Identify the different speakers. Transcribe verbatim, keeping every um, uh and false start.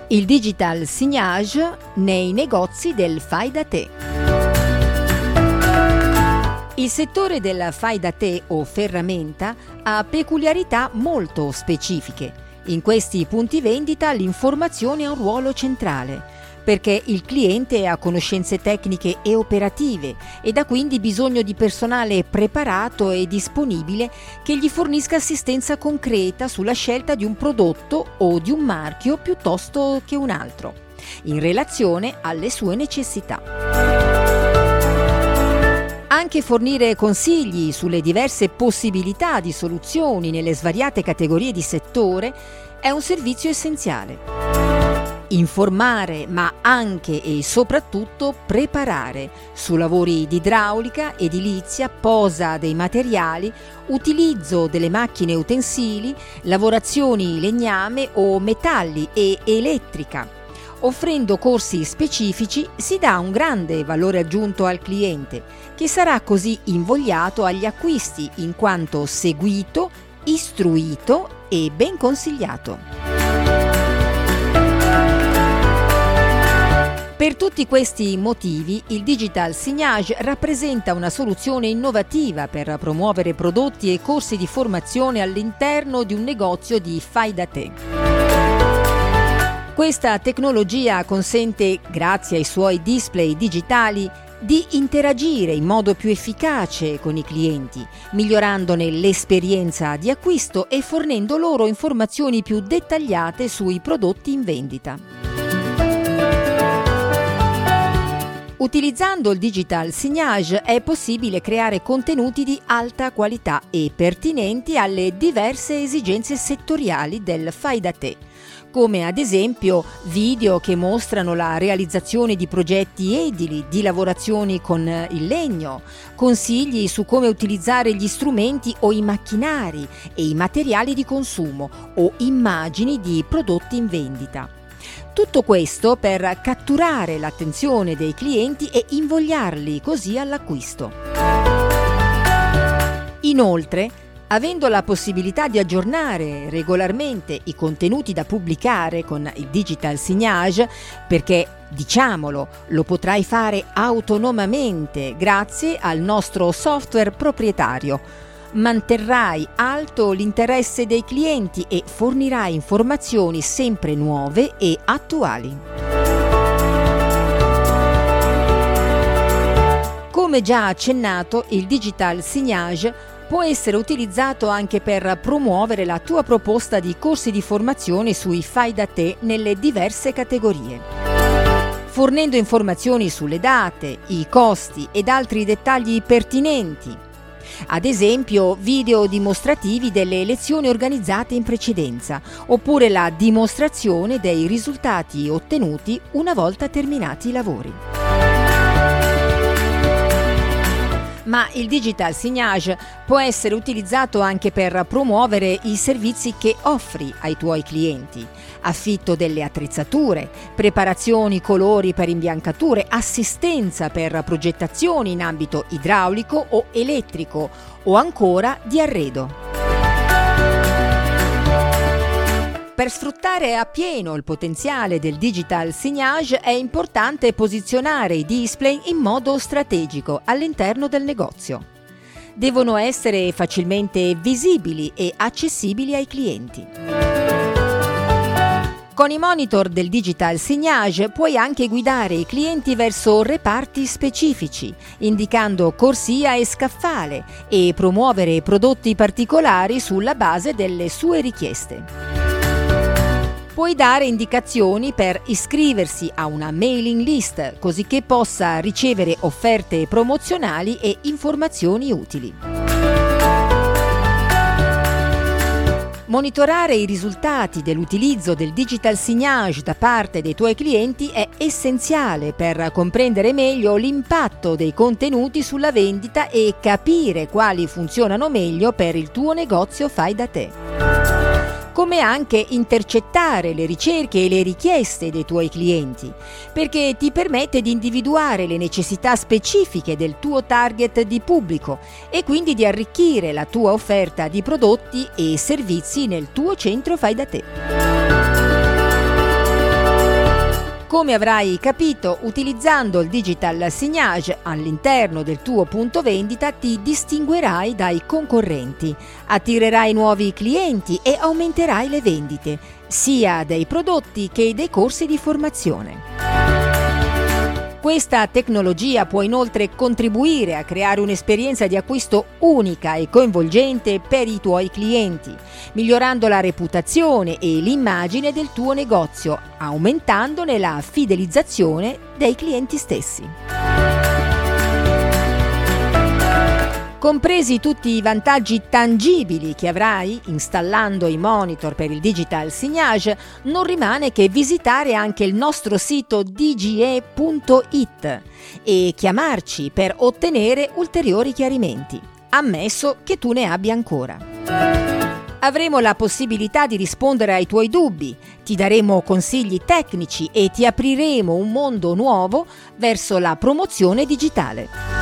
Speaker 1: Il digital signage nei negozi del fai da te. Il settore del fai da te o ferramenta ha peculiarità molto specifiche. In questi punti vendita l'informazione ha un ruolo centrale, perché il cliente ha conoscenze tecniche e operative ed ha quindi bisogno di personale preparato e disponibile che gli fornisca assistenza concreta sulla scelta di un prodotto o di un marchio piuttosto che un altro, in relazione alle sue necessità. Anche fornire consigli sulle diverse possibilità di soluzioni nelle svariate categorie di settore è un servizio essenziale. Informare, ma anche e soprattutto preparare su lavori di idraulica, edilizia, posa dei materiali, utilizzo delle macchine e utensili, lavorazioni legname o metalli e elettrica. Offrendo corsi specifici si dà un grande valore aggiunto al cliente, che sarà così invogliato agli acquisti in quanto seguito, istruito e ben consigliato. Per tutti questi motivi, il digital signage rappresenta una soluzione innovativa per promuovere prodotti e corsi di formazione all'interno di un negozio di fai da te. Questa tecnologia consente, grazie ai suoi display digitali, di interagire in modo più efficace con i clienti, migliorandone l'esperienza di acquisto e fornendo loro informazioni più dettagliate sui prodotti in vendita. Utilizzando il digital signage è possibile creare contenuti di alta qualità e pertinenti alle diverse esigenze settoriali del fai da te, come ad esempio video che mostrano la realizzazione di progetti edili, di lavorazioni con il legno, consigli su come utilizzare gli strumenti o i macchinari e i materiali di consumo o immagini di prodotti in vendita. Tutto questo per catturare l'attenzione dei clienti e invogliarli così all'acquisto. Inoltre, avendo la possibilità di aggiornare regolarmente i contenuti da pubblicare con il digital signage, perché, diciamolo, lo potrai fare autonomamente grazie al nostro software proprietario, manterrai alto l'interesse dei clienti e fornirai informazioni sempre nuove e attuali. Come già accennato, il digital signage può essere utilizzato anche per promuovere la tua proposta di corsi di formazione sui fai da te nelle diverse categorie, fornendo informazioni sulle date, i costi ed altri dettagli pertinenti. Ad esempio video dimostrativi delle lezioni organizzate in precedenza, oppure la dimostrazione dei risultati ottenuti una volta terminati i lavori. Ma il digital signage può essere utilizzato anche per promuovere i servizi che offri ai tuoi clienti: affitto delle attrezzature, preparazioni colori per imbiancature, assistenza per progettazioni in ambito idraulico o elettrico o ancora di arredo. Per sfruttare appieno il potenziale del digital signage è importante posizionare i display in modo strategico all'interno del negozio. Devono essere facilmente visibili e accessibili ai clienti. Con i monitor del digital signage puoi anche guidare i clienti verso reparti specifici, indicando corsia e scaffale e promuovere prodotti particolari sulla base delle sue richieste. Puoi dare indicazioni per iscriversi a una mailing list, così che possa ricevere offerte promozionali e informazioni utili. Monitorare i risultati dell'utilizzo del digital signage da parte dei tuoi clienti è essenziale per comprendere meglio l'impatto dei contenuti sulla vendita e capire quali funzionano meglio per il tuo negozio fai da te. Come anche intercettare le ricerche e le richieste dei tuoi clienti, perché ti permette di individuare le necessità specifiche del tuo target di pubblico e quindi di arricchire la tua offerta di prodotti e servizi nel tuo centro fai da te. Come avrai capito, utilizzando il Digital Signage all'interno del tuo punto vendita ti distinguerai dai concorrenti, attirerai nuovi clienti e aumenterai le vendite, sia dei prodotti che dei corsi di formazione. Questa tecnologia può inoltre contribuire a creare un'esperienza di acquisto unica e coinvolgente per i tuoi clienti, migliorando la reputazione e l'immagine del tuo negozio, aumentandone la fidelizzazione dei clienti stessi. Compresi tutti i vantaggi tangibili che avrai installando i monitor per il Digital Signage, non rimane che visitare anche il nostro sito d g e punto i t e chiamarci per ottenere ulteriori chiarimenti, ammesso che tu ne abbia ancora. Avremo la possibilità di rispondere ai tuoi dubbi, ti daremo consigli tecnici e ti apriremo un mondo nuovo verso la promozione digitale.